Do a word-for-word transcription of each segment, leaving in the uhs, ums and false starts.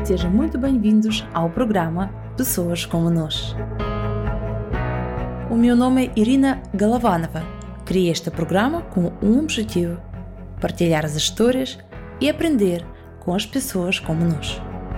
Sejam muito bem-vindos ao programa Pessoas como Nós. O meu nome é Irina Galovanova. Criei este programa com um objetivo: partilhar as histórias e aprender com as pessoas como nós.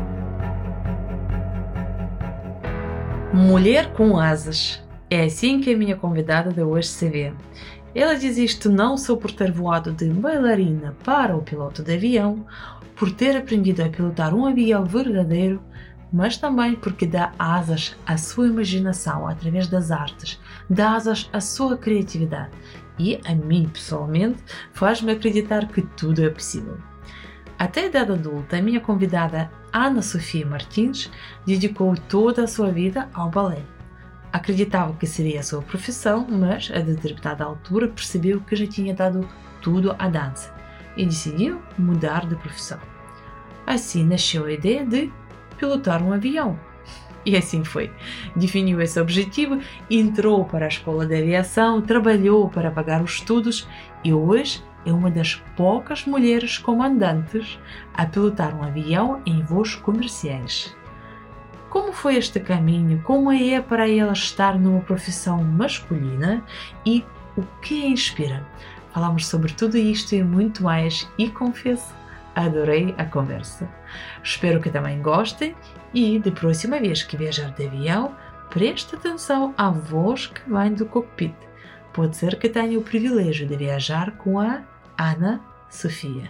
Mulher com asas. É assim que a minha convidada de hoje se vê. Ela diz isto não só por ter voado de bailarina para o piloto de avião, por ter aprendido a pilotar um avião verdadeiro, mas também porque dá asas à sua imaginação através das artes, dá asas à sua criatividade e, a mim pessoalmente, faz-me acreditar que tudo é possível. Até a idade adulta, a minha convidada Ana Sofia Martins dedicou toda a sua vida ao balé. Acreditava que seria a sua profissão, mas a determinada altura percebeu que já tinha dado tudo à dança e decidiu mudar de profissão. Assim nasceu a ideia de pilotar um avião. E assim foi. Definiu esse objetivo, entrou para a escola de aviação, trabalhou para pagar os estudos e hoje é uma das poucas mulheres comandantes a pilotar um avião em voos comerciais. Como foi este caminho? Como é para ela estar numa profissão masculina e o que a inspira? Falamos sobre tudo isto e muito mais e confesso, adorei a conversa. Espero que também gostem e, da próxima vez que viajar de avião, preste atenção à voz que vem do cockpit. Pode ser que tenha o privilégio de viajar com a Ana Sofia.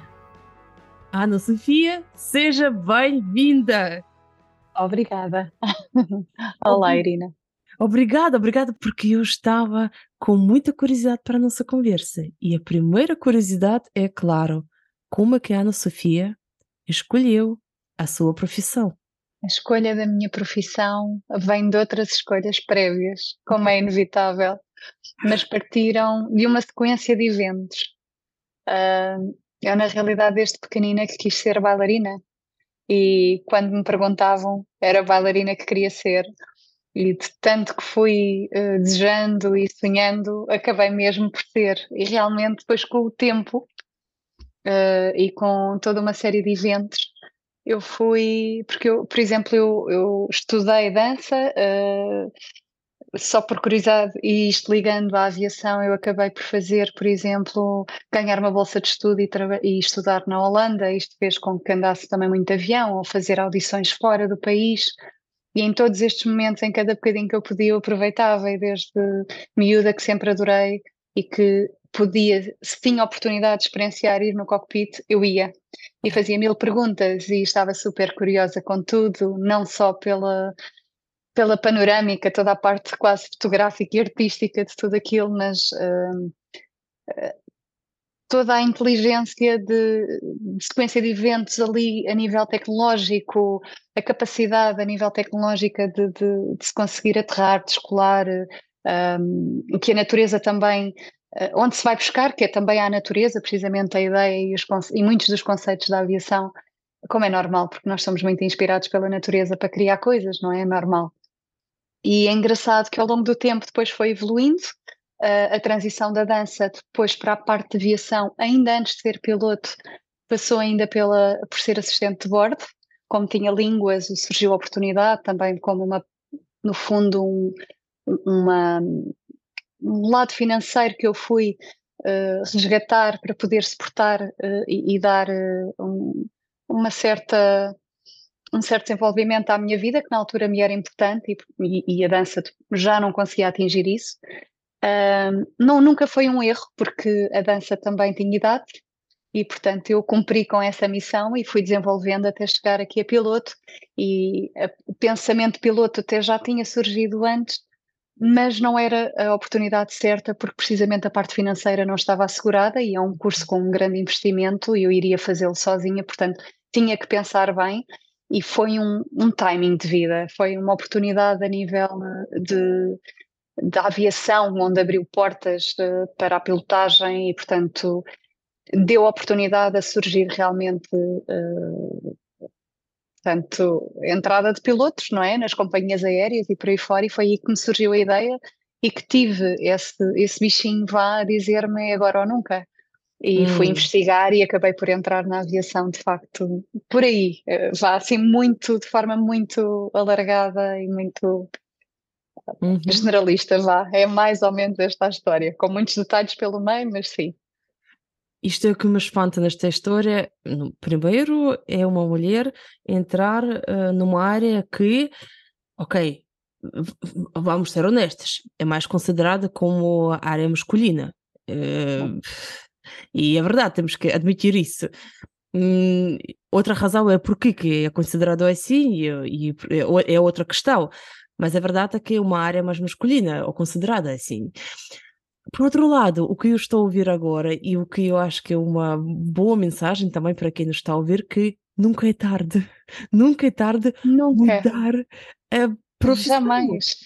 Ana Sofia, seja bem-vinda! Obrigada. Olá, Irina. Obrigada, obrigada, porque eu estava com muita curiosidade para a nossa conversa. E a primeira curiosidade é, claro, como é que a Ana Sofia escolheu a sua profissão? A escolha da minha profissão vem de outras escolhas prévias, como é inevitável, mas partiram de uma sequência de eventos. Uh, eu, na realidade, desde pequenina que quis ser bailarina. E quando me perguntavam, era bailarina que queria ser. E de tanto que fui uh, desejando e sonhando, acabei mesmo por ser. E realmente, depois com o tempo uh, e com toda uma série de eventos, eu fui. Porque, eu, por exemplo, eu, eu estudei dança uh, só por curiosidade, e isto ligando à aviação, eu acabei por fazer, por exemplo, ganhar uma bolsa de estudo e, e estudar na Holanda. Isto fez com que andasse também muito de avião, ou fazer audições fora do país. E em todos estes momentos, em cada bocadinho que eu podia, eu aproveitava, e desde miúda que sempre adorei e que podia, se tinha oportunidade de experienciar ir no cockpit, eu ia. E fazia mil perguntas e estava super curiosa com tudo, não só pela, pela panorâmica, toda a parte quase fotográfica e artística de tudo aquilo, mas uh, uh, toda a inteligência de, de sequência de eventos ali a nível tecnológico, a capacidade a nível ttecnológica de, de, de se conseguir aterrar, descolar, um, que a natureza também, uh, onde se vai buscar, que é também à natureza, precisamente a ideia e, os, e muitos dos conceitos da aviação, como é normal, porque nós somos muito inspirados pela natureza para criar coisas, não é? É normal. E é engraçado que ao longo do tempo depois foi evoluindo, Uh, a transição da dança depois para a parte de aviação, ainda antes de ser piloto, passou ainda pela, por ser assistente de bordo. Como tinha línguas, surgiu a oportunidade também como uma, no fundo, um, uma, um lado financeiro que eu fui uh, resgatar para poder suportar uh, e, e dar uh, um, uma certa... um certo desenvolvimento à minha vida, que na altura me era importante, e, e, e a dança já não conseguia atingir isso. Uh, não, nunca foi um erro, porque a dança também tinha idade e, portanto, eu cumpri com essa missão e fui desenvolvendo até chegar aqui a piloto. E a, o pensamento piloto até já tinha surgido antes, mas não era a oportunidade certa, porque precisamente a parte financeira não estava assegurada e é um curso com um grande investimento e eu iria fazê-lo sozinha, portanto, tinha que pensar bem. E foi um, um timing de vida, foi uma oportunidade a nível de da aviação, onde abriu portas uh, para a pilotagem e, portanto, deu oportunidade a surgir realmente, uh, portanto, a entrada de pilotos, não é? Nas companhias aéreas e por aí fora, e foi aí que me surgiu a ideia e que tive esse, esse bichinho vá a dizer-me agora ou nunca. E fui Hum, investigar e acabei por entrar na aviação, de facto, por aí, eh, vá assim muito, de forma muito alargada e muito uhum. generalista, vá. É mais ou menos esta a história, com muitos detalhes pelo meio, mas sim. Isto é o que me espanta nesta história. No- Primeiro, é uma mulher entrar eh, numa área que, ok, v- v- vamos ser honestas, é mais considerada como a área masculina. Eh, e é verdade, temos que admitir isso. Hum, outra razão é porque que é considerado assim, e, e é o- é outra questão. Mas a verdade é que é uma área mais masculina, ou considerada assim. Por outro lado, o que eu estou a ouvir agora e o que eu acho que é uma boa mensagem também para quem nos está a ouvir, que nunca é tarde, nunca é tarde Nunca, mudar a profissão. jamais.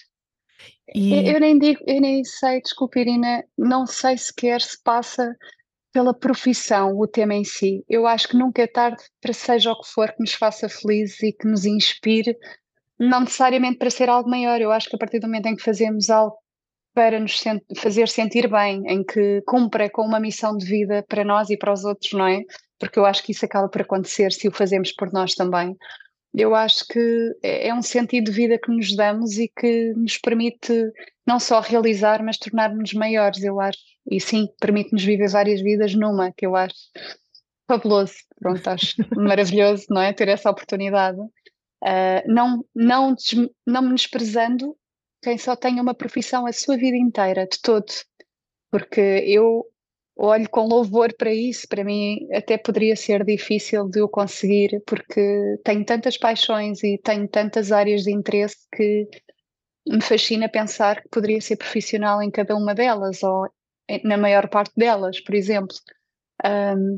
Eu, E eu nem digo, eu nem sei, desculpe, Irina, não sei sequer se passa pela profissão, o tema em si. Eu acho que nunca é tarde para seja o que for que nos faça felizes e que nos inspire, não necessariamente para ser algo maior. Eu acho que a partir do momento em que fazemos algo para nos sen- fazer sentir bem, em que cumpra com uma missão de vida para nós e para os outros, não é? Porque eu acho que isso acaba por acontecer se o fazemos por nós também. Eu acho que é é um sentido de vida que nos damos e que nos permite não só realizar, mas tornar-nos maiores, eu acho. E sim, permite-nos viver várias vidas numa, que eu acho fabuloso. Pronto, acho maravilhoso, não é? Ter essa oportunidade. Ah, não, não, des- não menosprezando quem só tenha uma profissão a sua vida inteira, de todo, porque eu olho com louvor para isso. Para mim, até poderia ser difícil de eu conseguir, porque tenho tantas paixões e tenho tantas áreas de interesse que me fascina pensar que poderia ser profissional em cada uma delas, ou em- na maior parte delas, por exemplo. Ahm,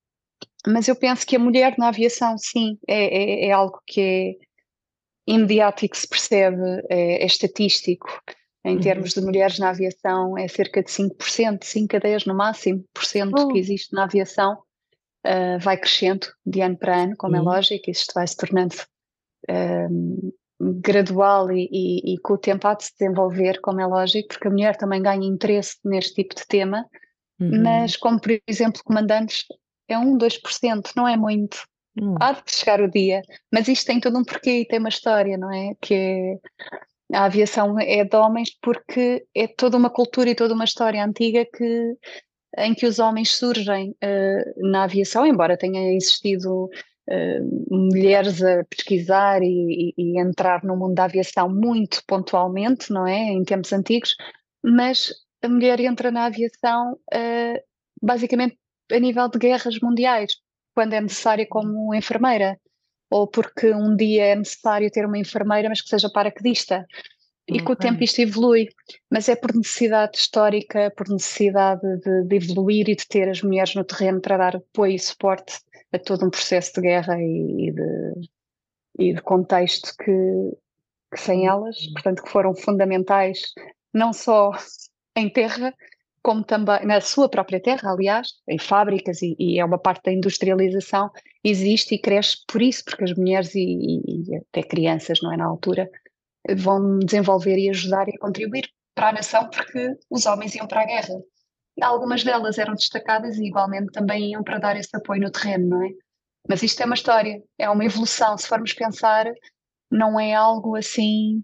mas eu penso que a mulher na aviação, sim, é, é, é algo que é imediato e que se percebe, é, é estatístico. Em uhum. termos de mulheres na aviação, é cerca de cinco por cento, cinco a dez no máximo, por cento que Oh, existe na aviação. Uh, vai crescendo de ano para ano, como é sim. lógico, isto vai se tornando um, gradual e, e, e com o tempo há de se desenvolver, como é lógico, porque a mulher também ganha interesse neste tipo de tema, Uhum. mas como por exemplo comandantes é um, dois por cento, não é muito. Hum, Há de chegar o dia, mas isto tem todo um porquê e tem uma história, não é? Que é, a aviação é de homens porque é toda uma cultura e toda uma história antiga que, em que os homens surgem eh, na aviação, embora tenha existido eh, mulheres a pesquisar e, e- e entrar no mundo da aviação muito pontualmente, não é? Em tempos antigos, mas a mulher entra na aviação eh, basicamente a nível de guerras mundiais, quando é necessária como enfermeira, ou porque um dia é necessário ter uma enfermeira, mas que seja paraquedista. E com o tempo ok. isto evolui, mas é por necessidade histórica, por necessidade de, de evoluir e de ter as mulheres no terreno para dar apoio e suporte a todo um processo de guerra e, e de, e de contexto que, que sem elas, portanto, que foram fundamentais não só em terra, como também na sua própria terra, aliás, em fábricas, e, e é uma parte da industrialização, existe e cresce por isso, porque as mulheres e, e- e até crianças, não é, na altura, vão desenvolver e ajudar e contribuir para a nação, porque os homens iam para a guerra. Algumas delas eram destacadas e igualmente também iam para dar esse apoio no terreno, não é? Mas isto é uma história, é uma evolução. Se formos pensar, não é algo assim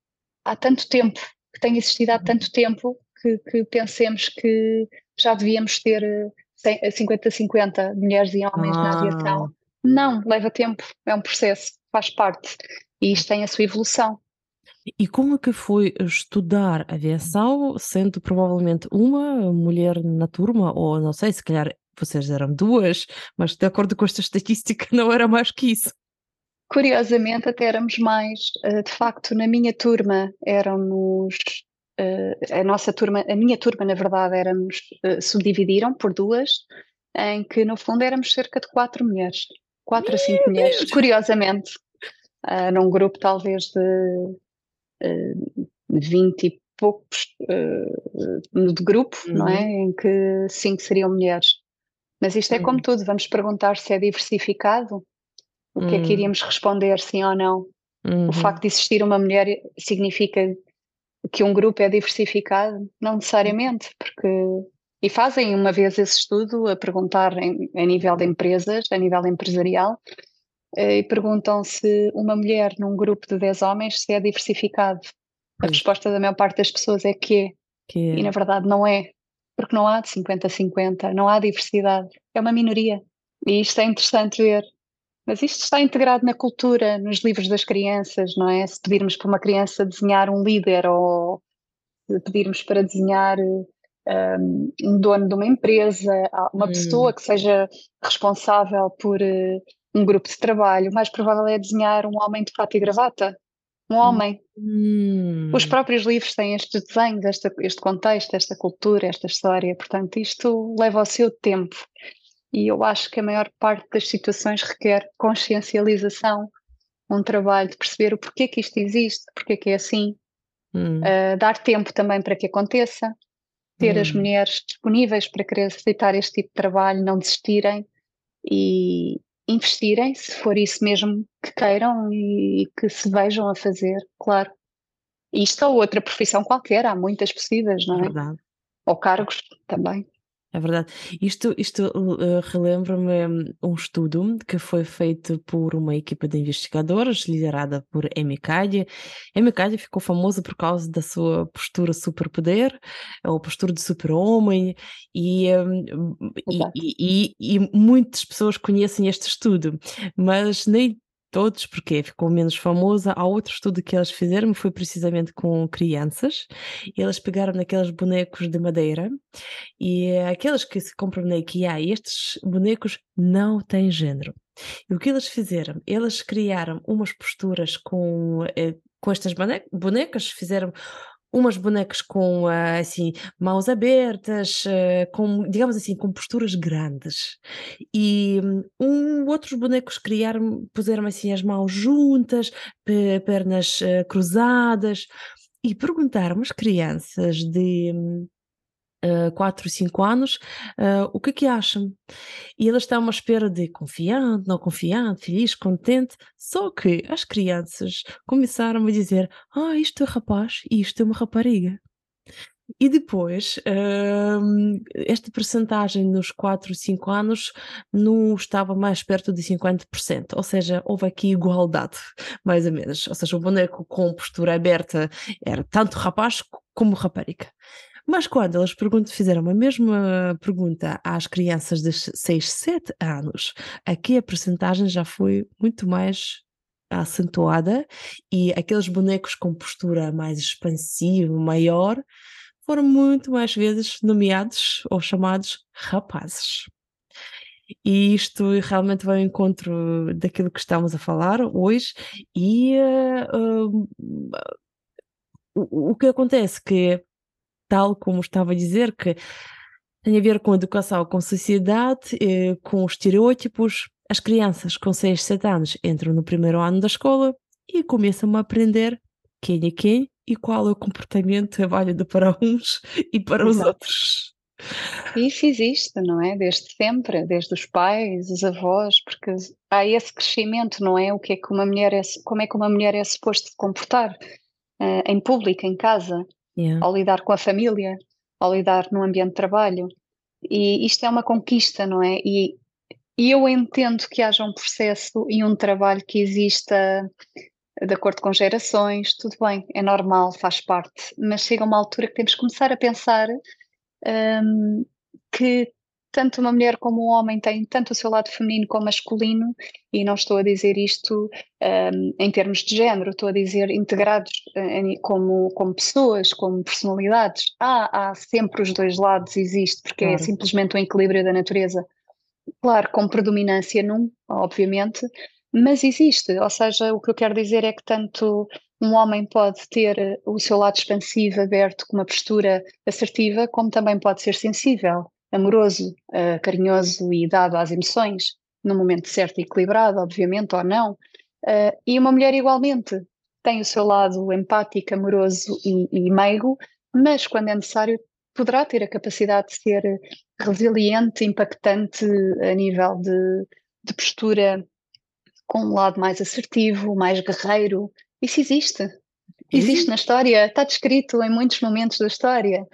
há tanto tempo, que tem existido há tanto tempo, que, que pensemos que já devíamos ter eh, cinquenta a cinquenta mulheres e homens na Ah, aviação. Não, leva tempo, é um processo, faz parte. E isto tem a sua evolução. e como é que foi estudar aviação, sendo provavelmente uma mulher na turma, ou não sei, se calhar vocês eram duas, mas de acordo com esta estatística não era mais que isso. Curiosamente, até éramos mais. eh, De facto, na minha turma éramos. eh, A nossa turma, a minha turma, na verdade, éramos. eh, Subdividiram por duas, em que no fundo éramos cerca de quatro mulheres, quatro a cinco Meu mulheres, Deus! curiosamente, eh, num grupo talvez de eh, vinte e poucos eh, de grupo, não é? Uhum, Em que cinco seriam mulheres. Mas isto é como uhum, tudo, vamos perguntar se é diversificado, o que é que uhum, iríamos responder, sim ou não? O facto uhum. de existir uma mulher significa que um grupo é diversificado? Não necessariamente, porque E fazem uma vez esse estudo a perguntar em, a nível de empresas, a nível empresarial, e perguntam se uma mulher num grupo de dez homens se é diversificado. A Pois, resposta da maior parte das pessoas é que é, que e na é. verdade não é, porque não há de cinquenta a cinquenta, não há diversidade, é uma minoria. E isto é interessante ver. Mas isto está integrado na cultura, nos livros das crianças, não é? Se pedirmos para uma criança desenhar um líder ou se pedirmos para desenhar um, um dono de uma empresa, uma pessoa Hum, que seja responsável por uh, um grupo de trabalho, o mais provável é desenhar um homem de fato e gravata. Um homem. Os hum, próprios livros têm estes desenhos, esta, este contexto, esta cultura, esta história. Portanto, isto leva ao seu tempo. E eu acho que a maior parte das situações requer consciencialização, um trabalho de perceber o porquê que isto existe, porquê que é assim, hum, uh, dar tempo também para que aconteça, ter as hum. mulheres disponíveis para querer aceitar este tipo de trabalho, não desistirem e investirem, se for isso mesmo que queiram e que se vejam a fazer, claro. Isto ou outra profissão qualquer, há muitas possíveis, É não é? verdade. Ou cargos também. É verdade. Isto, isto uh, relembra-me hum, um estudo que foi feito por uma equipa de investigadores liderada por Amy Cuddy. Amy Cuddy ficou famosa por causa da sua postura superpoder, ou postura de super-homem, e, hum, e, Exato. e, e, e muitas pessoas conhecem este estudo, mas nem todos, porque ficou menos famosa. Há outro estudo que eles fizeram, foi precisamente com crianças. Eles pegaram naqueles bonecos de madeira e é aqueles que se compram na IKEA, estes bonecos não têm género. E o que eles fizeram? Eles criaram umas posturas com, eh, com estas bone- bonecas, fizeram umas bonecas com ah, assim, mãos abertas, eh, com, digamos assim, com posturas grandes. E hum, um, outros bonecos criaram, puseram assim as mãos juntas, pe- pernas eh, cruzadas, e perguntaram às crianças de hum, ah, quatro, cinco anos, ah, o que é que acham? E elas estão à espera de confiante, não confiante, feliz, contente, só que as crianças começaram a dizer: "Ah, isto é rapaz e isto é uma rapariga". E depois, hum, esta percentagem nos quatro, cinco anos não estava mais perto de cinquenta por cento, ou seja, houve aqui igualdade, mais ou menos. Ou seja, o boneco com postura aberta era tanto rapaz co- como rapariga. Mas quando elas pergun- fizeram a mesma pergunta às crianças de seis, sete anos, aqui a percentagem já foi muito mais acentuada e aqueles bonecos com postura mais expansiva, maior, foram muito mais vezes nomeados ou chamados rapazes. E isto realmente vai ao encontro daquilo que estamos a falar hoje e, eh, hum, o o que acontece que, tal como estava a dizer, que tem a ver com educação, com sociedade, eh, com estereótipos. As crianças com seis, sete anos entram no primeiro ano da escola e começam a aprender quem é quem e qual é o comportamento é válido para uns e para os Exato. outros. E isso existe, não é? Desde sempre, desde os pais, os avós, porque há esse crescimento, não é? O que é que uma mulher é, como é que uma mulher é suposto se comportar, eh, em público, em casa, Yeah. ao lidar com a família, ao lidar no ambiente de trabalho. E isto é uma conquista, não é? E, e eu entendo que haja um processo e um trabalho que exista de acordo com gerações, tudo bem, é normal, faz parte, mas chega uma altura que temos que começar a pensar hum, que tanto uma mulher como um homem têm tanto o seu lado feminino como masculino, e não estou a dizer isto hum, em termos de género, estou a dizer integrados eh, em- como, como pessoas, como personalidades. Há, há sempre os dois lados, existe, porque é Claro. simplesmente um equilíbrio da natureza. Claro, com predominância num, obviamente, mas existe. Ou seja, o que eu quero dizer é que tanto um homem pode ter eh, o seu lado expansivo, aberto, com uma postura assertiva, como também pode ser sensível, amoroso, eh, carinhoso e dado às emoções, no momento certo e equilibrado, obviamente, ou não. Eh, e uma mulher igualmente tem o seu lado empático, amoroso e, e meigo, mas quando é necessário poderá ter a capacidade de ser resiliente, impactante a nível de, de postura, com um lado mais assertivo, mais guerreiro. Isso existe. Existe Existe. na história, está descrito em muitos momentos da história.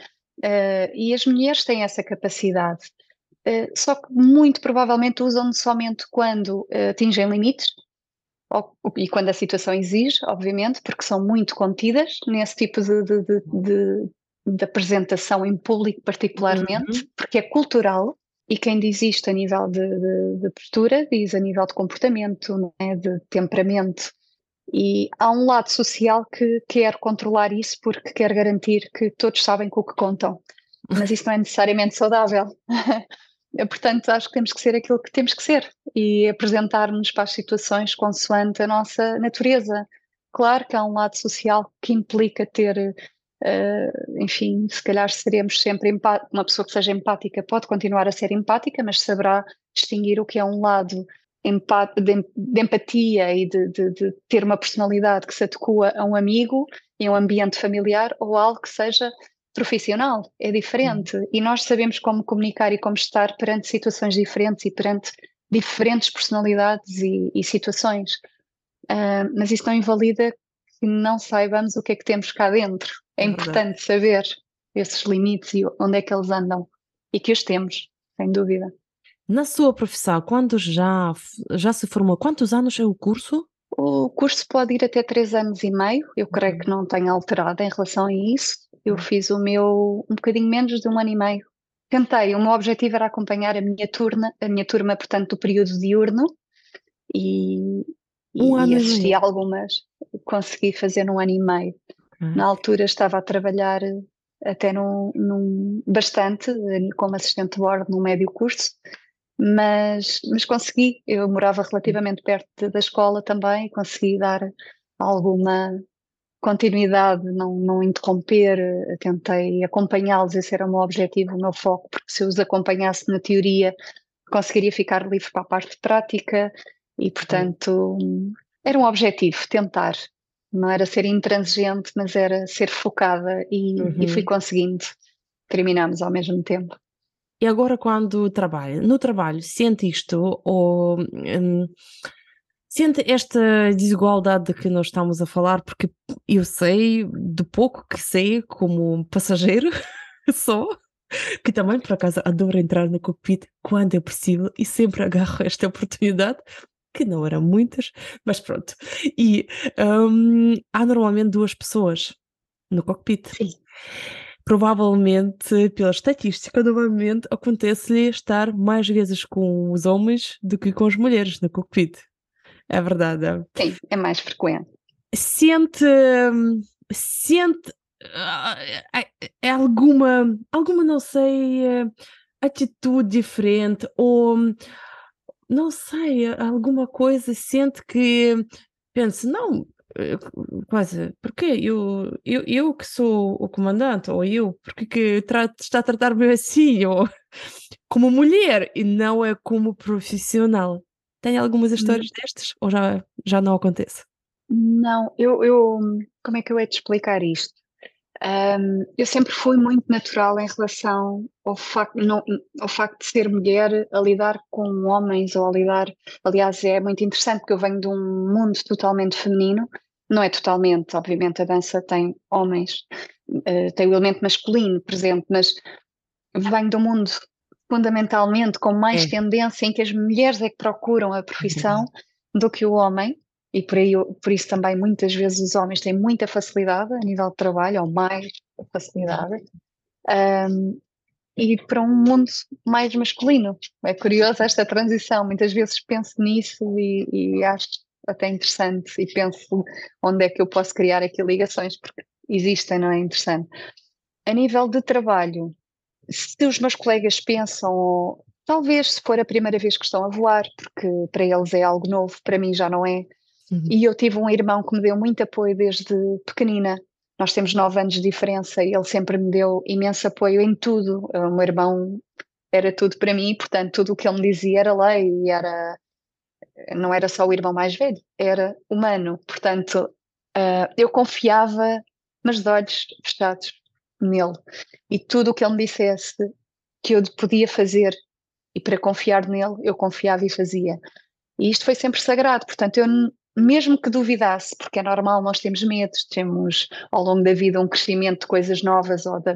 Uh, e as mulheres têm essa capacidade, uh, só que muito provavelmente usam somente quando uh, atingem limites, ou, e quando a situação exige, obviamente, porque são muito contidas nesse tipo de, de, de, de, de apresentação em público particularmente, Uhum. porque é cultural, e quem diz isto a nível de, de, de postura, diz a nível de comportamento, não é? De temperamento. E há um lado social que quer controlar isso porque quer garantir que todos sabem com o que contam, mas isso não é necessariamente saudável. Portanto, acho que temos que ser aquilo que temos que ser e apresentar-nos para as situações consoante a nossa natureza. Claro que há um lado social que implica ter, uh, enfim, se calhar seremos sempre empáticos. Uma pessoa que seja empática pode continuar a ser empática, mas saberá distinguir o que é um lado de, de empatia e de, de, de ter uma personalidade que se adequa a um amigo em um ambiente familiar ou algo que seja profissional, é diferente. Uhum. E nós sabemos como comunicar e como estar perante situações diferentes e perante diferentes personalidades e, e situações. Uh, mas isso não invalida que não saibamos o que é que temos cá dentro. É, é importante saber esses limites e onde é que eles andam e que os temos, sem dúvida. Na sua profissão, quando já, já se formou, quantos anos é o curso? O curso pode ir até três anos e meio, eu creio uhum. que não tenha alterado em relação a isso. Eu uhum. fiz o meu um bocadinho menos de um ano e meio. Tentei, o meu objetivo era acompanhar a minha turma, a minha turma, portanto, do período diurno, e, um e, e assisti a algumas, consegui fazer num ano e meio. Uhum. Na altura estava a trabalhar até num, num bastante, como assistente de bordo num médio curso, Mas, mas consegui, eu morava relativamente perto da escola também, consegui dar alguma continuidade, não, não interromper, tentei acompanhá-los, esse era o meu objetivo, o meu foco, porque se eu os acompanhasse na teoria, conseguiria ficar livre para a parte prática e, portanto, era um objetivo, tentar. Não era ser intransigente, mas era ser focada e, uhum. e fui conseguindo. Terminámos ao mesmo tempo. E agora quando trabalha, no trabalho, sente isto ou hum, sente esta desigualdade de que nós estamos a falar? Porque eu sei, de pouco que sei, como passageiro só, que também por acaso adoro entrar no cockpit quando é possível e sempre agarro esta oportunidade, que não eram muitas, mas pronto. E hum, há normalmente duas pessoas no cockpit. Sim. Provavelmente, pela estatística, normalmente acontece-lhe estar mais vezes com os homens do que com as mulheres no cockpit. É verdade. Sim, é mais frequente. Sente, sente é alguma, alguma, não sei, atitude diferente ou, não sei, alguma coisa, sente que, pensa, não, quase, porque eu, eu, eu que sou o comandante, ou eu, porque que tra- está a tratar-me assim, ou como mulher, e não é como profissional. Tem algumas histórias hum. destas, ou já, já não acontece? Não, eu, eu, como é que eu hei de explicar isto? Um, eu sempre fui muito natural em relação ao facto, não, ao facto de ser mulher a lidar com homens ou a lidar, aliás é muito interessante porque eu venho de um mundo totalmente feminino, não é totalmente, obviamente a dança tem homens, uh, tem o elemento masculino presente, mas venho de um mundo fundamentalmente com mais é. tendência em que as mulheres é que procuram a profissão é do que o homem. E por, aí, por isso também muitas vezes os homens têm muita facilidade a nível de trabalho, ou mais facilidade, um, e para um mundo mais masculino. É curioso esta transição, muitas vezes penso nisso e, e acho até interessante e penso onde é que eu posso criar aqui ligações, porque existem, não é interessante. A nível de trabalho, se os meus colegas pensam, talvez se for a primeira vez que estão a voar, porque para eles é algo novo, para mim já não é. Uhum. E eu tive um irmão que me deu muito apoio desde pequenina. Nós temos nove anos de diferença e ele sempre me deu imenso apoio em tudo. O meu irmão era tudo para mim, portanto tudo o que ele me dizia era lei e era, não era só o irmão mais velho, era humano. Portanto, uh, eu confiava, mas de olhos fechados nele. E tudo o que ele me dissesse que eu podia fazer e para confiar nele, eu confiava e fazia. E isto foi sempre sagrado, portanto eu mesmo que duvidasse, porque é normal, nós temos medos, temos ao longo da vida um crescimento de coisas novas ou de,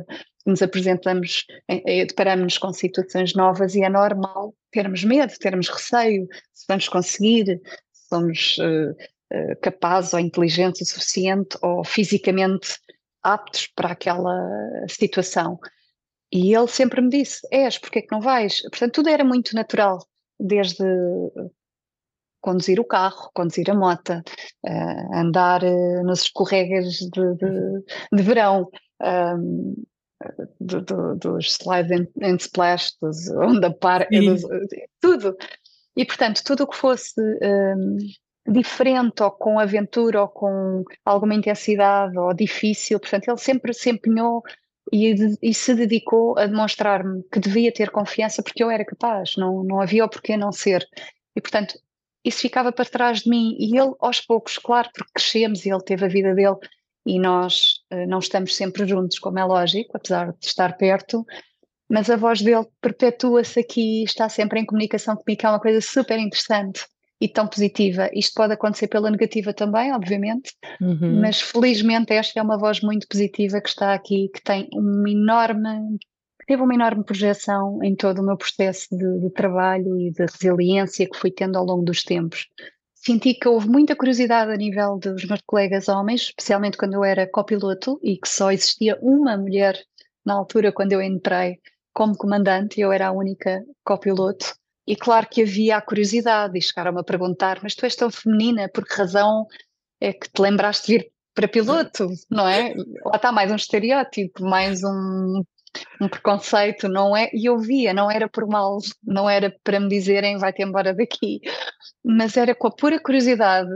nos apresentamos, deparamos-nos com situações novas e é normal termos medo, termos receio, se vamos conseguir, se somos uh, uh, capazes ou inteligentes o suficiente ou fisicamente aptos para aquela situação. E ele sempre me disse, és, porque é que não vais? Portanto, tudo era muito natural, desde conduzir o carro, conduzir a moto, uh, andar uh, nos escorregas de, de, de verão, um, do, do, dos slide and, and splash, dos onda par, dos, tudo. E, portanto, tudo o que fosse um, diferente ou com aventura ou com alguma intensidade ou difícil, portanto, ele sempre se empenhou e, e se dedicou a demonstrar-me que devia ter confiança porque eu era capaz, não, não havia o porquê não ser. E, portanto, isso ficava para trás de mim e ele, aos poucos, claro, porque crescemos e ele teve a vida dele e nós uh, não estamos sempre juntos, como é lógico, apesar de estar perto, mas a voz dele perpetua-se aqui, está sempre em comunicação comigo, que é uma coisa super interessante e tão positiva. Isto pode acontecer pela negativa também, obviamente, uhum. Mas felizmente esta é uma voz muito positiva que está aqui, que tem uma enorme, teve uma enorme projeção em todo o meu processo de, de trabalho e de resiliência que fui tendo ao longo dos tempos. Senti que houve muita curiosidade a nível dos meus colegas homens, especialmente quando eu era copiloto e que só existia uma mulher na altura quando eu entrei como comandante, eu era a única copiloto. E claro que havia a curiosidade e chegaram-me a perguntar, mas tu és tão feminina, por que razão é que te lembraste de vir para piloto, não é? Lá está mais um estereótipo, mais um, um preconceito, não é? E eu via, não era por mal, não era para me dizerem vai-te embora daqui, mas era com a pura curiosidade,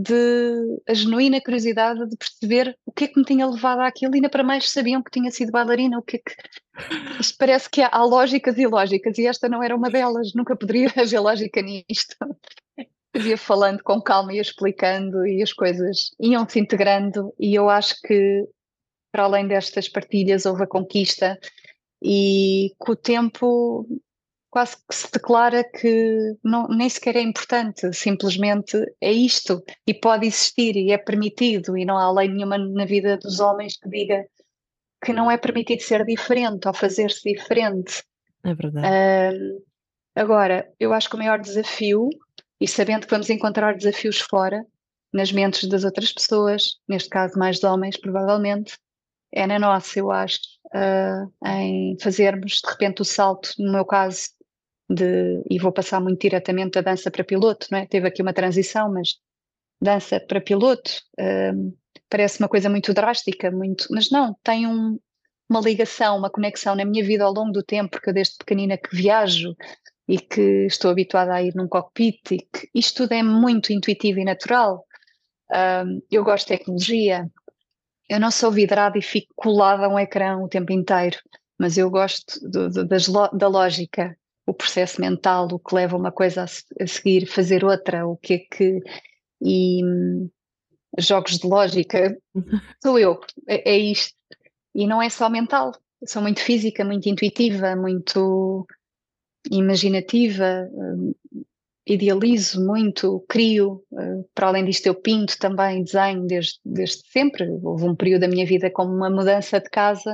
de, a genuína curiosidade de perceber o que é que me tinha levado àquilo, e ainda para mais sabiam que tinha sido bailarina, o que é que... Isto parece que há, há lógicas e lógicas, e esta não era uma delas, nunca poderia haver lógica nisto. Eu ia falando com calma, ia explicando e as coisas iam se integrando, e eu acho que para além destas partilhas houve a conquista e com o tempo quase que se declara que não, nem sequer é importante, simplesmente é isto e pode existir e é permitido, e não há lei nenhuma na vida dos homens que diga que não é permitido ser diferente ou fazer-se diferente. É verdade. Uh, agora, eu acho que o maior desafio, e sabendo que vamos encontrar desafios fora, nas mentes das outras pessoas, neste caso mais de homens provavelmente, é na nossa, eu acho, uh, em fazermos de repente o salto, no meu caso, de, e vou passar muito diretamente da dança para piloto, não é? Teve aqui uma transição, mas dança para piloto, uh, parece uma coisa muito drástica, muito, mas não, tem um, uma ligação, uma conexão na minha vida ao longo do tempo, porque eu desde pequenina que viajo e que estou habituada a ir num cockpit e que isto tudo é muito intuitivo e natural. Uh, eu gosto de tecnologia, eu não sou vidrada e fico colada a um ecrã o tempo inteiro, mas eu gosto do, do, das, da lógica, o processo mental, o que leva uma coisa a, a seguir, fazer outra, o que é que... E hum, jogos de lógica, sou eu, é, é isto. E não é só mental, sou muito física, muito intuitiva, muito imaginativa, hum, idealizo muito, crio, uh, para além disto eu pinto também, desenho desde, desde sempre. Houve um período da minha vida como uma mudança de casa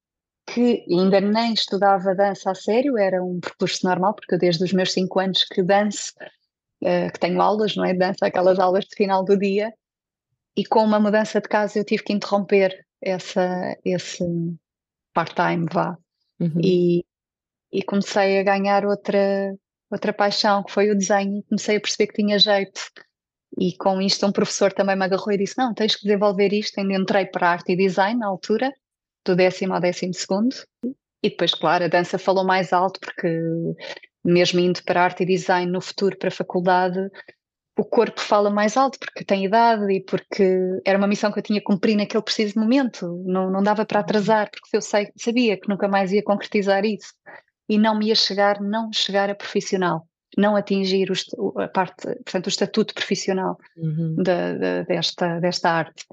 que ainda nem estudava dança a sério, era um percurso normal, porque eu desde os meus cinco anos que danço, uh, que tenho aulas, não é? Danço aquelas aulas de final do dia, e com uma mudança de casa eu tive que interromper essa, esse part-time, vá, uhum. e, e comecei a ganhar outra... outra paixão, que foi o desenho, e comecei a perceber que tinha jeito, e com isto um professor também me agarrou e disse, não, tens que desenvolver isto. Ainda entrei para arte e design na altura, do décimo ao décimo segundo, e depois, claro, a dança falou mais alto, porque mesmo indo para arte e design no futuro, para a faculdade, o corpo fala mais alto, porque tem idade e porque era uma missão que eu tinha que cumprir naquele preciso momento, não, não dava para atrasar, porque eu sei, sabia que nunca mais ia concretizar isso. E não me ia chegar, não chegar a profissional, não atingir o, a parte, portanto, o estatuto profissional uhum. de, de, desta, desta arte.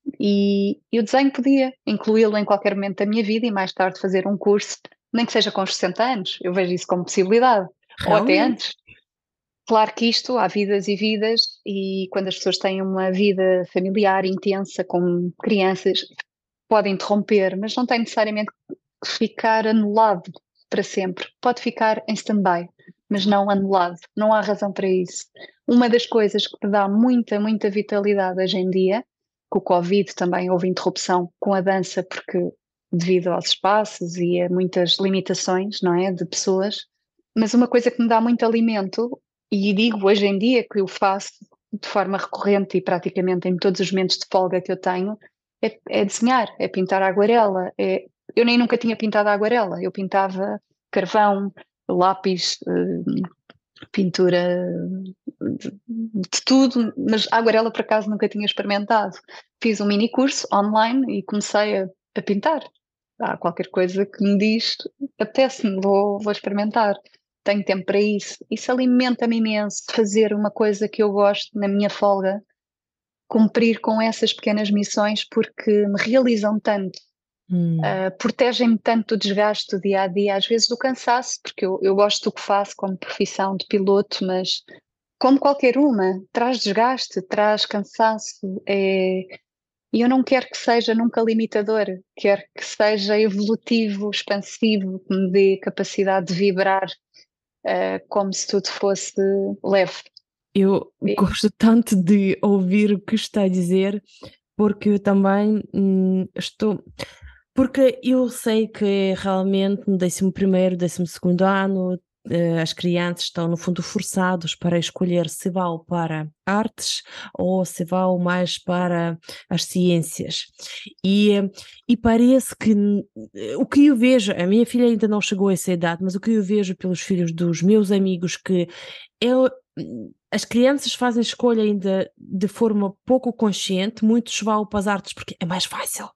E, e o desenho podia incluí-lo em qualquer momento da minha vida e mais tarde fazer um curso, nem que seja com os sessenta anos, eu vejo isso como possibilidade, realmente? Ou até antes. Claro que isto, há vidas e vidas, e quando as pessoas têm uma vida familiar intensa, com crianças, podem interromper, mas não tem necessariamente ficar anulado para sempre. Pode ficar em stand-by, mas não anulado. Não há razão para isso. Uma das coisas que me dá muita, muita vitalidade hoje em dia, com o Covid também houve interrupção com a dança, porque devido aos espaços e a muitas limitações, não é, de pessoas, mas uma coisa que me dá muito alimento, e digo hoje em dia que eu faço de forma recorrente e praticamente em todos os momentos de folga que eu tenho, é, é desenhar, é pintar a aguarela. É, eu nem nunca tinha pintado a aguarela, eu pintava carvão, lápis, eh, pintura de, de tudo, mas a aguarela por acaso nunca tinha experimentado. Fiz um mini curso online e comecei a, a pintar. Há qualquer coisa que me diz, apetece-me, vou, vou experimentar. Tenho tempo para isso. Isso alimenta-me imenso, fazer uma coisa que eu gosto na minha folga, cumprir com essas pequenas missões, porque me realizam tanto. Hum. Uh, protegem-me tanto do desgaste do dia a dia, às vezes do cansaço, porque eu, eu gosto do que faço como profissão de piloto, mas como qualquer uma, traz desgaste, traz cansaço, é... e eu não quero que seja nunca limitador, quero que seja evolutivo, expansivo, que me dê capacidade de vibrar, uh, como se tudo fosse leve. Eu E... gosto tanto de ouvir o que está a dizer, porque eu também hum, estou... Porque eu sei que realmente no décimo primeiro, décimo segundo ano, eh, as crianças estão, no fundo, forçados para escolher se vão para artes ou se vão mais para as ciências. E, eh, e parece que n- eh, o que eu vejo, a minha filha ainda não chegou a essa idade, mas o que eu vejo pelos filhos dos meus amigos, que eu, as crianças fazem escolha ainda de forma pouco consciente, muitos vão para as artes porque é mais fácil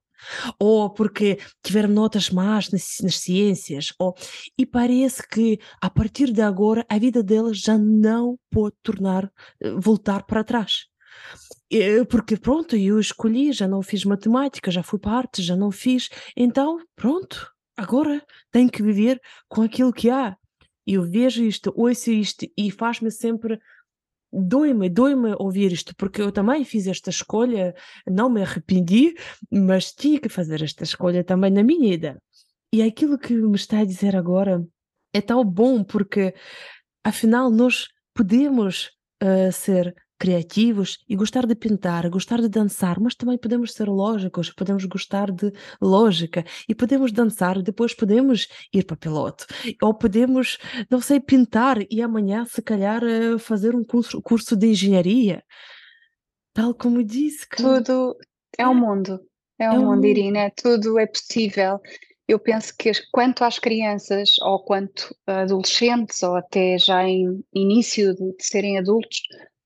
ou porque tiveram notas más nas, nas ciências, ou... e parece que a partir de agora a vida delas já não pode tornar, eh, voltar para trás. Eh, Porque pronto, eu escolhi, já não fiz matemática, já fui para arte, já não fiz, então pronto, agora tenho que viver com aquilo que há. Eu vejo isto, ouço isto e faz-me sempre dói-me, dói-me ouvir isto, porque eu também fiz esta escolha, não me arrependi, mas tinha que fazer esta escolha também na minha idade. E aquilo que me está a dizer agora é tão bom, porque afinal nós podemos ah, ser criativos e gostar de pintar, gostar de dançar, mas também podemos ser lógicos, podemos gostar de lógica e podemos dançar e depois podemos ir para piloto. Ou podemos, não sei, pintar e amanhã, se calhar, eh, fazer um curso, curso de engenharia. Tal como disse que Tudo é um mundo, é é um um mundo, mundo. Irina, tudo é possível. Eu penso que as- quanto às crianças, ou quanto a adolescentes, ou até já em início de, de serem adultos,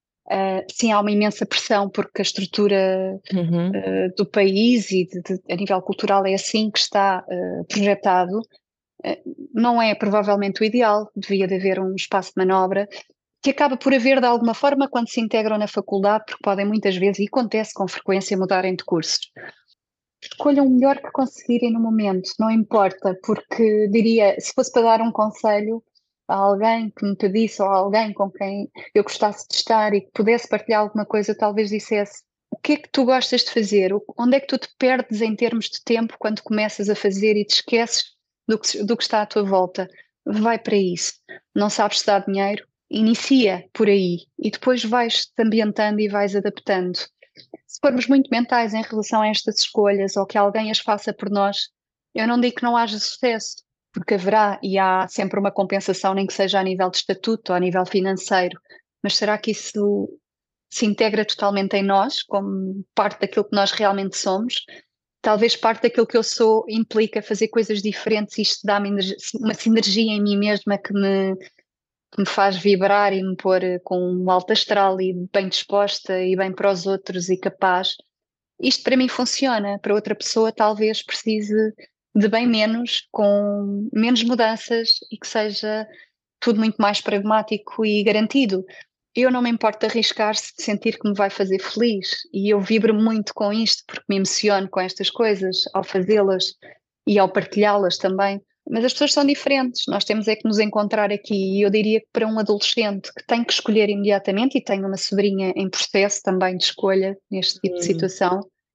ah, sim, há uma imensa pressão, porque a estrutura Uhum. ah, do país e de- de- a nível cultural é assim que está ah, projetado. Ah, não é provavelmente o ideal, devia de haver um espaço de manobra que acaba por haver de alguma forma quando se integram na faculdade, porque podem muitas vezes, e acontece com frequência, mudarem de cursos. Escolham o melhor que conseguirem no momento, não importa, porque diria, se fosse para dar um conselho a alguém que me pedisse ou a alguém com quem eu gostasse de estar e que pudesse partilhar alguma coisa, talvez dissesse: o que é que tu gostas de fazer? O- Onde é que tu te perdes em termos de tempo quando começas a fazer e te esqueces do que, do que está à tua volta? Vai para isso. Não sabes se dá dinheiro? Inicia por aí e depois vais-te ambientando e vais adaptando. Se formos muito mentais em relação a estas escolhas ou que alguém as faça por nós, eu não digo que não haja sucesso, porque haverá e há sempre uma compensação, nem que seja a nível de estatuto ou a nível financeiro, mas será que isso se integra totalmente em nós, como parte daquilo que nós realmente somos? Talvez parte daquilo que eu sou implica fazer coisas diferentes e isto dá-me energi- uma sinergia em mim mesma que me que me faz vibrar e me pôr eh, com um alto astral e bem disposta e bem para os outros e capaz. Isto para mim funciona, para outra pessoa talvez precise de bem menos, com menos mudanças e que seja tudo muito mais pragmático e garantido. Eu não me importo de arriscar se sentir que me vai fazer feliz e eu vibro muito com isto porque me emociono com estas coisas ao fazê-las e ao partilhá-las também. Mas as pessoas são diferentes, nós temos é que nos encontrar aqui e eu diria que para um adolescente que tem que escolher imediatamente, e tenho uma sobrinha em processo também de escolha neste tipo de Hum. situação,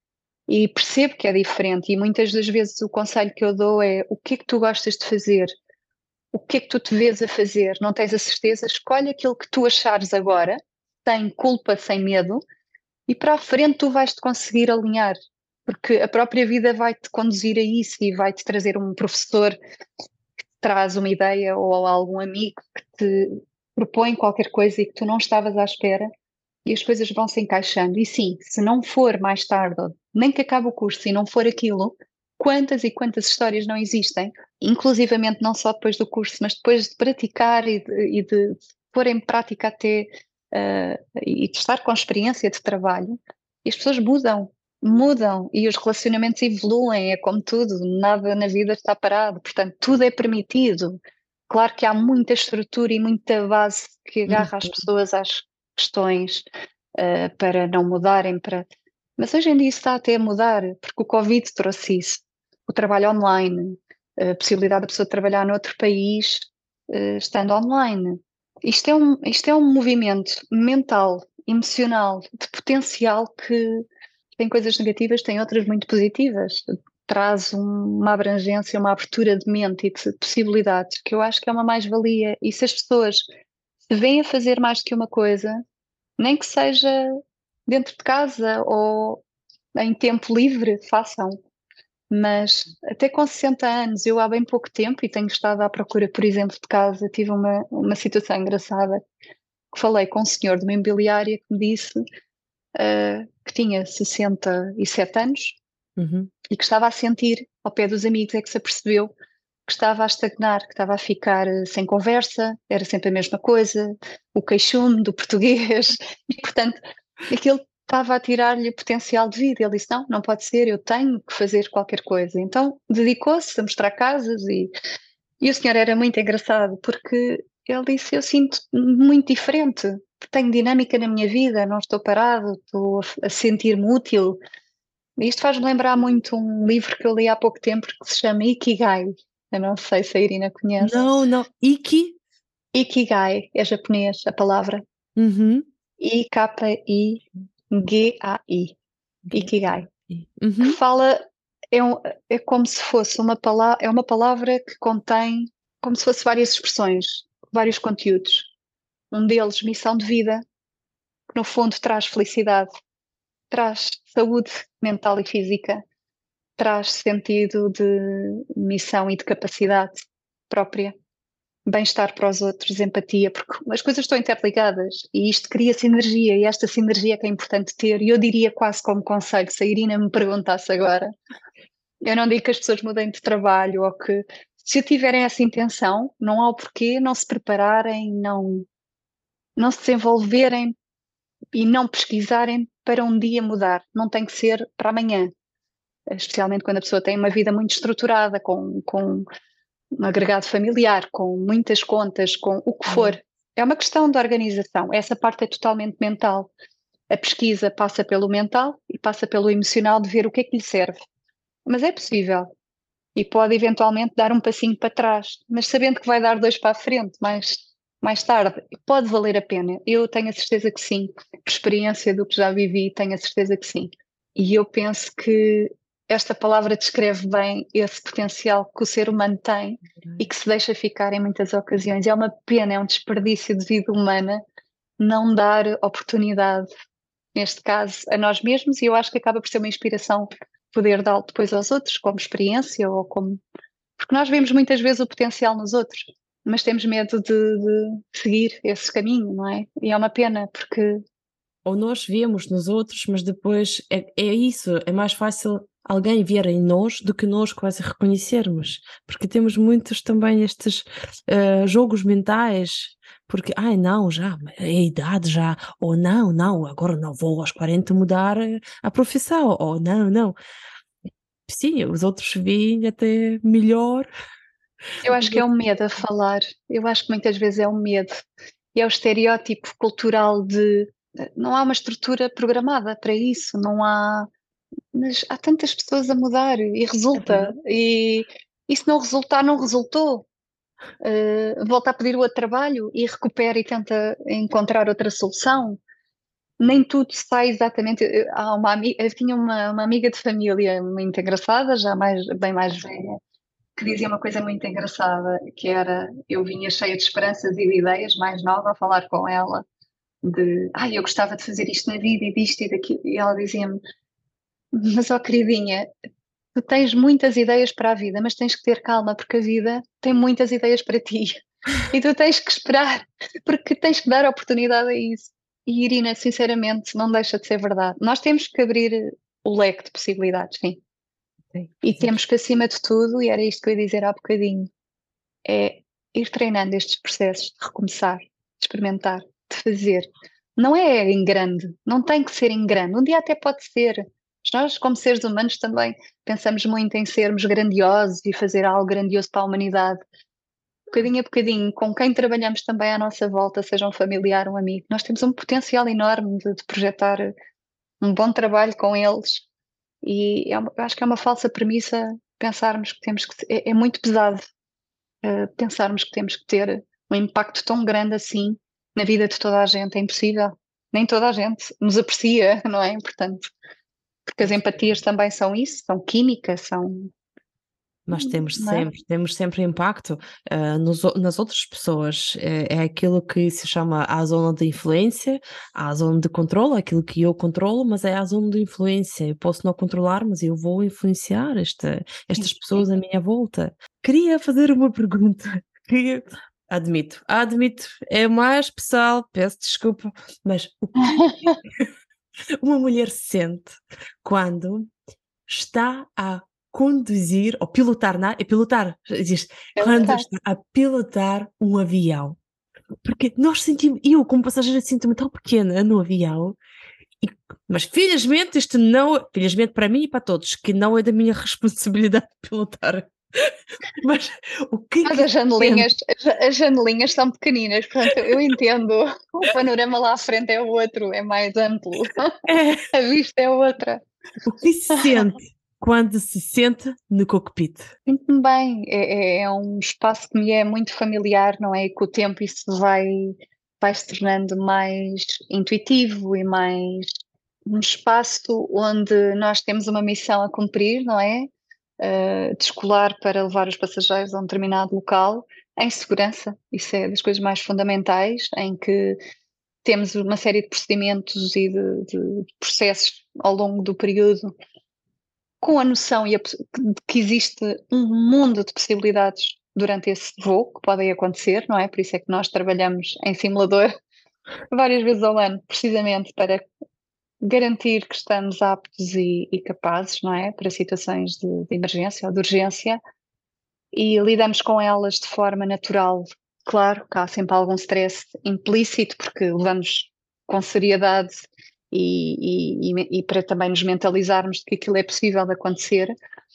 e percebo que é diferente, e muitas das vezes o conselho que eu dou é: o que é que tu gostas de fazer? O que é que tu te vês a fazer? Não tens a certeza? Escolhe aquilo que tu achares agora, sem culpa, sem medo, e para a frente tu vais-te conseguir alinhar, porque a própria vida vai-te conduzir a isso e vai-te trazer um professor que te traz uma ideia, ou algum amigo que te propõe qualquer coisa e que tu não estavas à espera, e as coisas vão se encaixando. E sim, se não for mais tarde, ou nem que acabe o curso e não for aquilo, quantas e quantas histórias não existem, inclusivamente não só depois do curso, mas depois de praticar e de, e de pôr em prática até uh, e de estar com experiência de trabalho, e as pessoas mudam, mudam e os relacionamentos evoluem, é como tudo, nada na vida está parado, portanto tudo é permitido. Claro que há muita estrutura e muita base que agarra as pessoas às questões uh, para não mudarem, para... mas hoje em dia isso está até a mudar, porque o Covid trouxe isso, o trabalho online, a possibilidade da pessoa trabalhar noutro país uh, estando online. Isto é, um, isto é um movimento mental, emocional, de potencial que tem coisas negativas, tem outras muito positivas. Traz um, uma abrangência, uma abertura de mente e de possibilidades, que eu acho que é uma mais-valia. E se as pessoas se vêm a fazer mais do que uma coisa, nem que seja dentro de casa ou em tempo livre, façam. Mas até com sessenta anos, eu há bem pouco tempo, e tenho estado à procura, por exemplo, de casa, tive uma, uma situação engraçada, que falei com um senhor de uma imobiliária que me disse uh, que tinha sessenta e sete anos Uhum. e que estava a sentir, ao pé dos amigos, é que se apercebeu que estava a estagnar, que estava a ficar uh, sem conversa, era sempre a mesma coisa, o queixume do português, e portanto aquilo estava a tirar-lhe o potencial de vida. Ele disse: não, não pode ser, eu tenho que fazer qualquer coisa. Então dedicou-se a mostrar casas e, e o senhor era muito engraçado porque ele disse: eu sinto-me muito diferente, tenho dinâmica na minha vida, não estou parado, estou a, a sentir-me útil. E isto faz-me lembrar muito um livro que eu li há pouco tempo que se chama Ikigai. Eu não sei se a Irina conhece. Não, não. Iki? Ikigai é japonês, a palavra. Uhum. I K I G A I. Ikigai. Uhum. Que fala, é, um, é como se fosse uma palavra, é uma palavra que contém como se fosse várias expressões, vários conteúdos. Um deles, missão de vida, que no fundo traz felicidade, traz saúde mental e física, traz sentido de missão e de capacidade própria, bem-estar para os outros, empatia, porque as coisas estão interligadas e isto cria sinergia, e esta sinergia é que é importante ter. E eu diria quase como conselho, se a Irina me perguntasse agora, eu não digo que as pessoas mudem de trabalho, ou que, se tiverem essa intenção, não há o porquê não se prepararem, não, não se desenvolverem e não pesquisarem para um dia mudar. Não tem que ser para amanhã, especialmente quando a pessoa tem uma vida muito estruturada, com, com um agregado familiar, com muitas contas, com o que for. É uma questão de organização. Essa parte é totalmente mental. A pesquisa passa pelo mental e passa pelo emocional, de ver o que é que lhe serve. Mas é possível. E pode eventualmente dar um passinho para trás, mas sabendo que vai dar dois para a frente mais, mais tarde. Pode valer a pena. Eu tenho a certeza que sim. Por experiência do que já vivi, tenho a certeza que sim. E eu penso que esta palavra descreve bem esse potencial que o ser humano tem e que se deixa ficar em muitas ocasiões. É uma pena, é um desperdício de vida humana não dar oportunidade, neste caso, a nós mesmos, e eu acho que acaba por ser uma inspiração poder dar depois aos outros, como experiência, ou como... Porque nós vemos muitas vezes o potencial nos outros, mas temos medo de, de seguir esse caminho, não é? E é uma pena, porque... Ou nós vemos nos outros, mas depois é, é isso, é mais fácil alguém ver em nós do que nós quase reconhecermos, porque temos muitos também estes uh, jogos mentais, porque, ai não, já, é a idade já, ou não, não, agora não vou aos quarenta mudar a profissão, ou não, não. Sim, os outros veem até melhor. Eu acho que é o medo a falar, eu acho que muitas vezes é o medo, e é o estereótipo cultural de... Não há uma estrutura programada para isso, não há... Mas há tantas pessoas a mudar e resulta, É e, e se não resultar, não resultou. Uh, volta a pedir o outro trabalho e recupera e tenta encontrar outra solução. nem tudo sai exatamente. Eu- Há uma, ami- eu tinha uma, uma amiga de família muito engraçada, já mais, bem mais velha, que dizia uma coisa muito engraçada, que era, eu vinha cheia de esperanças e de ideias, mais nova, a falar com ela, de, ai, eu gostava de fazer isto na vida e disto e daquilo, e ela dizia-me, mas ó queridinha, tu tens muitas ideias para a vida, mas tens que ter calma, porque a vida tem muitas ideias para ti. E tu tens que esperar, porque tens que dar oportunidade a isso. E Irina, sinceramente, não deixa de ser verdade. Nós temos que abrir o leque de possibilidades, sim. Sim, E fazer. temos que, acima de tudo, e era isto que eu ia dizer há bocadinho, é ir treinando estes processos de recomeçar, de experimentar, de fazer. Não é em grande, não tem que ser em grande. Um dia até pode ser. Mas nós, como seres humanos, também pensamos muito em sermos grandiosos e fazer algo grandioso para a humanidade. Bocadinho a bocadinho, com quem trabalhamos também à nossa volta, seja um familiar, um amigo, nós temos um potencial enorme de, de projetar um bom trabalho com eles. E é uma- eu acho que é uma falsa premissa pensarmos que temos que. É, é muito pesado, eh, pensarmos que temos que ter um impacto tão grande assim na vida de toda a gente. É impossível. Nem toda a gente nos aprecia, não é? Portanto, porque as empatias também são isso, são química, são. Nós temos Não é? sempre, temos sempre impacto ah, nos o- nas outras pessoas. É, é aquilo que se chama a zona de influência, a zona de controle, aquilo que eu controlo, mas é a zona de influência. Eu posso não controlar, mas eu vou influenciar esta, estas Sim, sim. pessoas à minha volta. Queria fazer uma pergunta. Queria- Admito, admito, é mais pessoal, peço desculpa, mas o que uma mulher sente quando está a conduzir ou pilotar, não é? É pilotar, existe. É Quando verdade. está a pilotar um avião. Porque nós sentimos, eu como passageira sinto-me tão pequena no avião, e- mas felizmente isto não, felizmente para mim e para todos, que não é da minha responsabilidade pilotar. Mas o que é Mas que as sente? janelinhas, as as janelinhas são pequeninas, portanto eu entendo. O panorama lá à frente é outro, é mais amplo. É, A vista é outra. o que se sente quando se sente no cockpit? Sinto-me bem, é, é- é um espaço que me é muito familiar, não é? E com o tempo isso vai, vai se tornando mais intuitivo e mais um espaço onde nós temos uma missão a cumprir, não é? Eh, de escolar para levar os passageiros a um determinado local em segurança. Isso é das coisas mais fundamentais, em que temos uma série de procedimentos e de, de processos ao longo do período, com a noção e a poss- de que existe um mundo de possibilidades durante esse voo que podem acontecer, não é? Por isso é que nós trabalhamos em simulador várias vezes ao ano, precisamente para garantir que estamos aptos e, e capazes, não é? Para situações de, de emergência ou de urgência e lidamos com elas de forma natural. Claro que há sempre algum stress implícito, porque levamos com seriedade e, e, e, e para também nos mentalizarmos de que aquilo é possível de acontecer,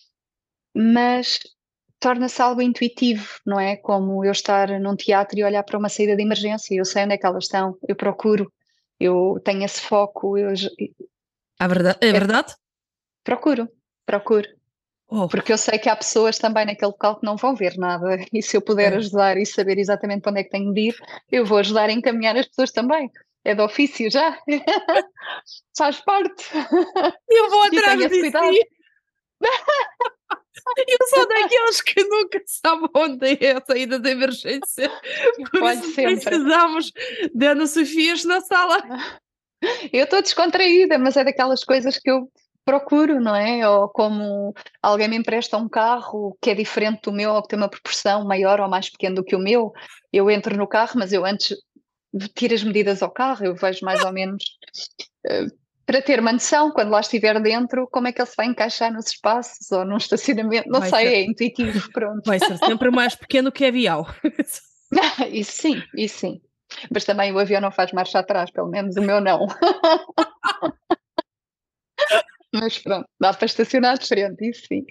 mas torna-se algo intuitivo, não é? Como eu estar num teatro e olhar para uma saída de emergência, eu sei onde é que elas estão, eu procuro, eu tenho esse foco, eu j- É verdade? É é- verdade? procuro, procuro. Oh, Porque eu sei que há pessoas também naquele local que não vão ver nada, e se eu puder é. ajudar e saber exatamente para onde é que tenho de ir, eu vou ajudar a encaminhar as pessoas também. É de ofício já, faz parte. Eu vou E atrás tenho esse de cuidado. si. Eu sou daqueles que nunca sabem onde é a saída de emergência. Por Olho isso sempre. precisamos de Ana Sofias na sala. Eu estou descontraída, mas é daquelas coisas que eu procuro, não é? Ou como alguém me empresta um carro que é diferente do meu ou que tem uma proporção maior ou mais pequena do que o meu, eu entro no carro, mas eu antes tiro as medidas ao carro, eu vejo mais ou menos eh, para ter uma noção, quando lá estiver dentro, como é que ele se vai encaixar nos espaços ou num estacionamento, não Vai sei, ser, é intuitivo, pronto. vai ser sempre mais pequeno que avião. Isso sim, isso sim. Mas também o avião não faz marcha atrás, pelo menos o meu não. Mas pronto, dá para estacionar de frente, isso sim.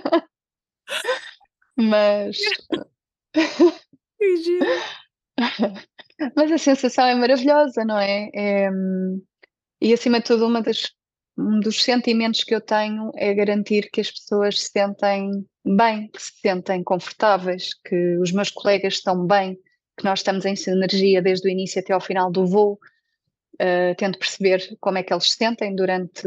Mas, Que giro. mas a sensação é maravilhosa, não é? É, hum, e acima de tudo, uma das, um dos sentimentos que eu tenho é garantir que as pessoas se sentem bem, que se sentem confortáveis, que os meus colegas estão bem, que nós estamos em sinergia desde o início até ao final do voo. uh, tento perceber como é que eles se sentem durante,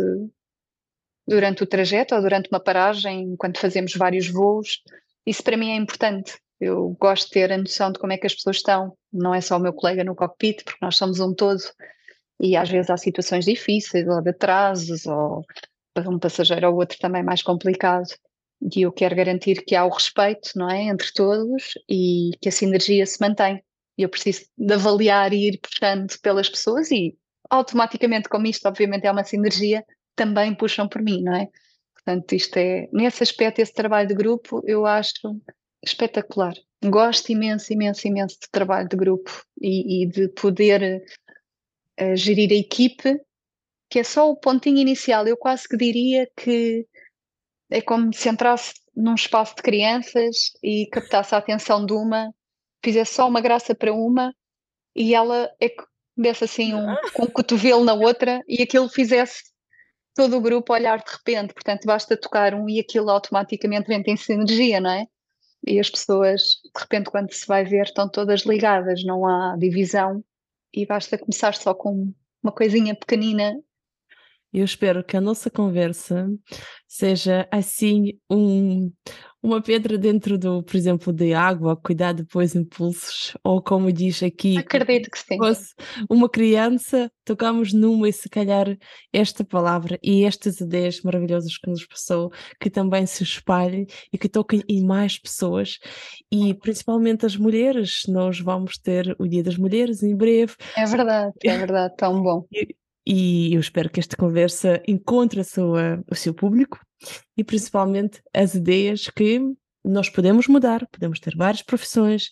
durante o trajeto ou durante uma paragem, quando fazemos vários voos. Isso para mim é importante. Eu gosto de ter a noção de como é que as pessoas estão. Não é só o meu colega no cockpit, porque nós somos um todo. E às vezes há situações difíceis, ou de atrasos, ou para um passageiro ou outro também mais complicado. E eu quero garantir que há o respeito, não é, entre todos e que a sinergia se mantém. E eu preciso de avaliar e ir puxando pelas pessoas e automaticamente, como isto obviamente é uma sinergia, também puxam por mim, não é? Portanto, isto é, nesse aspecto, esse trabalho de grupo, eu acho espetacular. Gosto imenso, imenso, imenso de trabalho de grupo e, e de poder uh, gerir a equipe, que é só o pontinho inicial. Eu quase que diria que é como se entrasse num espaço de crianças e captasse a atenção de uma, fizesse só uma graça para uma e ela é que desse assim um, com o cotovelo na outra e aquilo fizesse todo o grupo olhar de repente. Portanto, basta tocar um e aquilo automaticamente entra em sinergia, não é? E as pessoas, de repente, quando se vai ver, estão todas ligadas, não há divisão e basta começar só com uma coisinha pequenina. Eu espero que a nossa conversa seja assim um, uma pedra dentro do, por exemplo, de água, cuidar depois impulsos, ou como diz aqui, Acredito que sim. fosse uma criança, tocamos numa e se calhar esta palavra e estas ideias maravilhosas que nos passou, que também se espalhem e que toquem em mais pessoas e principalmente as mulheres. Nós vamos ter o Dia das Mulheres em breve. É verdade, é verdade, tão bom. E, e eu espero que esta conversa encontre a sua, o seu público e principalmente as ideias que nós podemos mudar, podemos ter várias profissões,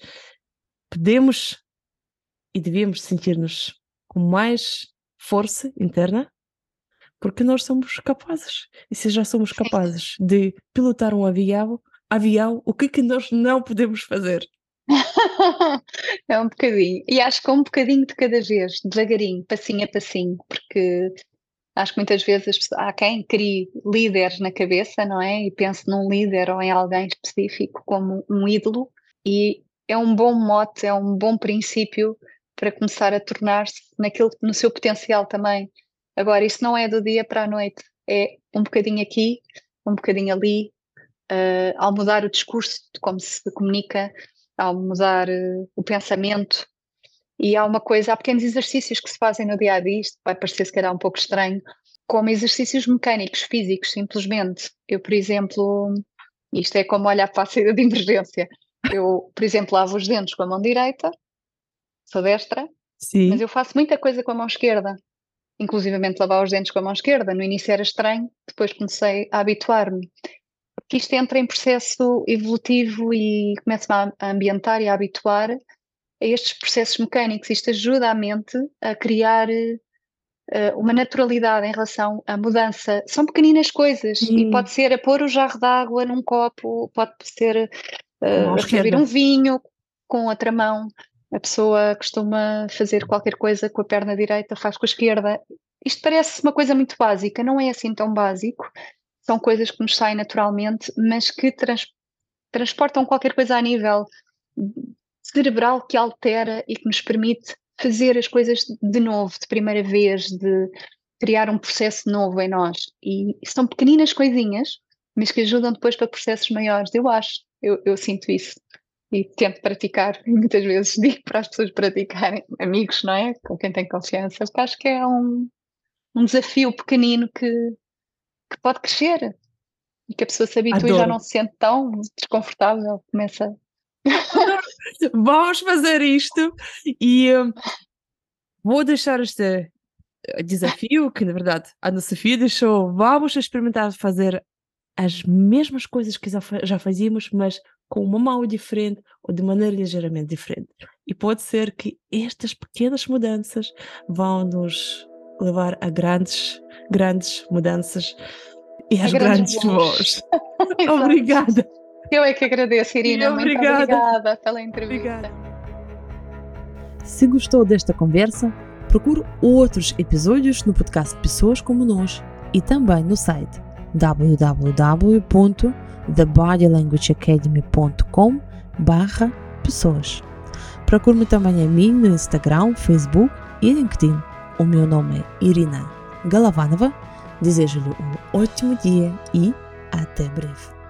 podemos e devíamos sentir-nos com mais força interna, porque nós somos capazes. E se já somos capazes de pilotar um avião, avião, o que é que nós não podemos fazer? É um bocadinho. E acho que é um bocadinho de cada vez, devagarinho, passinho a passinho, porque acho que muitas vezes as pessoas, há quem crie líderes na cabeça, não é? E pense num líder ou em alguém específico como um ídolo, e é um bom mote, é um bom princípio para começar a tornar-se naquilo, no seu potencial também. Agora, isso não é do dia para a noite, é um bocadinho aqui, um bocadinho ali, uh, ao mudar o discurso de como se comunica, ao mudar uh, o pensamento. E há uma coisa, há pequenos exercícios que se fazem no dia a dia, isto vai parecer se calhar um pouco estranho, como exercícios mecânicos, físicos, simplesmente. Eu, por exemplo, isto é como olhar para a saída de emergência. Eu, por exemplo, lavo os dentes com a mão direita, sou destra, Sim. mas eu faço muita coisa com a mão esquerda, inclusivamente lavar os dentes com a mão esquerda. No início era estranho, depois comecei a habituar-me. Porque isto entra em processo evolutivo e começa a ambientar e a habituar a estes processos mecânicos. Isto ajuda a mente a criar uh, uma naturalidade em relação à mudança. São pequeninas coisas. Sim. E pode ser a pôr o jarro de água num copo, pode ser uh, a servir esquerda. um vinho com outra mão. A pessoa costuma fazer qualquer coisa com a perna direita, faz com a esquerda. Isto parece uma coisa muito básica, não é assim tão básico. São coisas que nos saem naturalmente, mas que trans, transportam qualquer coisa a nível cerebral que altera e que nos permite fazer as coisas de novo, de primeira vez, de criar um processo novo em nós. E são pequeninas coisinhas, mas que ajudam depois para processos maiores. Eu acho, eu, eu sinto isso. E tento praticar, e muitas vezes digo para as pessoas praticarem, amigos, não é? Com quem tem confiança, porque acho que é um, um desafio pequenino que, que pode crescer. E que a pessoa se habitua e já não se sente tão desconfortável, começa... Vamos fazer isto e um, vou deixar este desafio, que na verdade a nossa filha deixou, vamos experimentar fazer as mesmas coisas que já, já fazíamos, mas com uma mão diferente ou de maneira ligeiramente diferente. E pode ser que estas pequenas mudanças vão nos levar a grandes, grandes mudanças e às grandes voos. Obrigada. Eu é que agradeço, Irina. Muito obrigada. obrigada pela entrevista. Obrigada. Se gostou desta conversa, procure outros episódios no podcast Pessoas Como Nós e também no site w w w ponto the body language academy ponto com barra pessoas. Procure-me também a mim no Instagram, Facebook e LinkedIn, O meu nome é Irina Galovanova. Desejo-lhe um ótimo dia e até breve.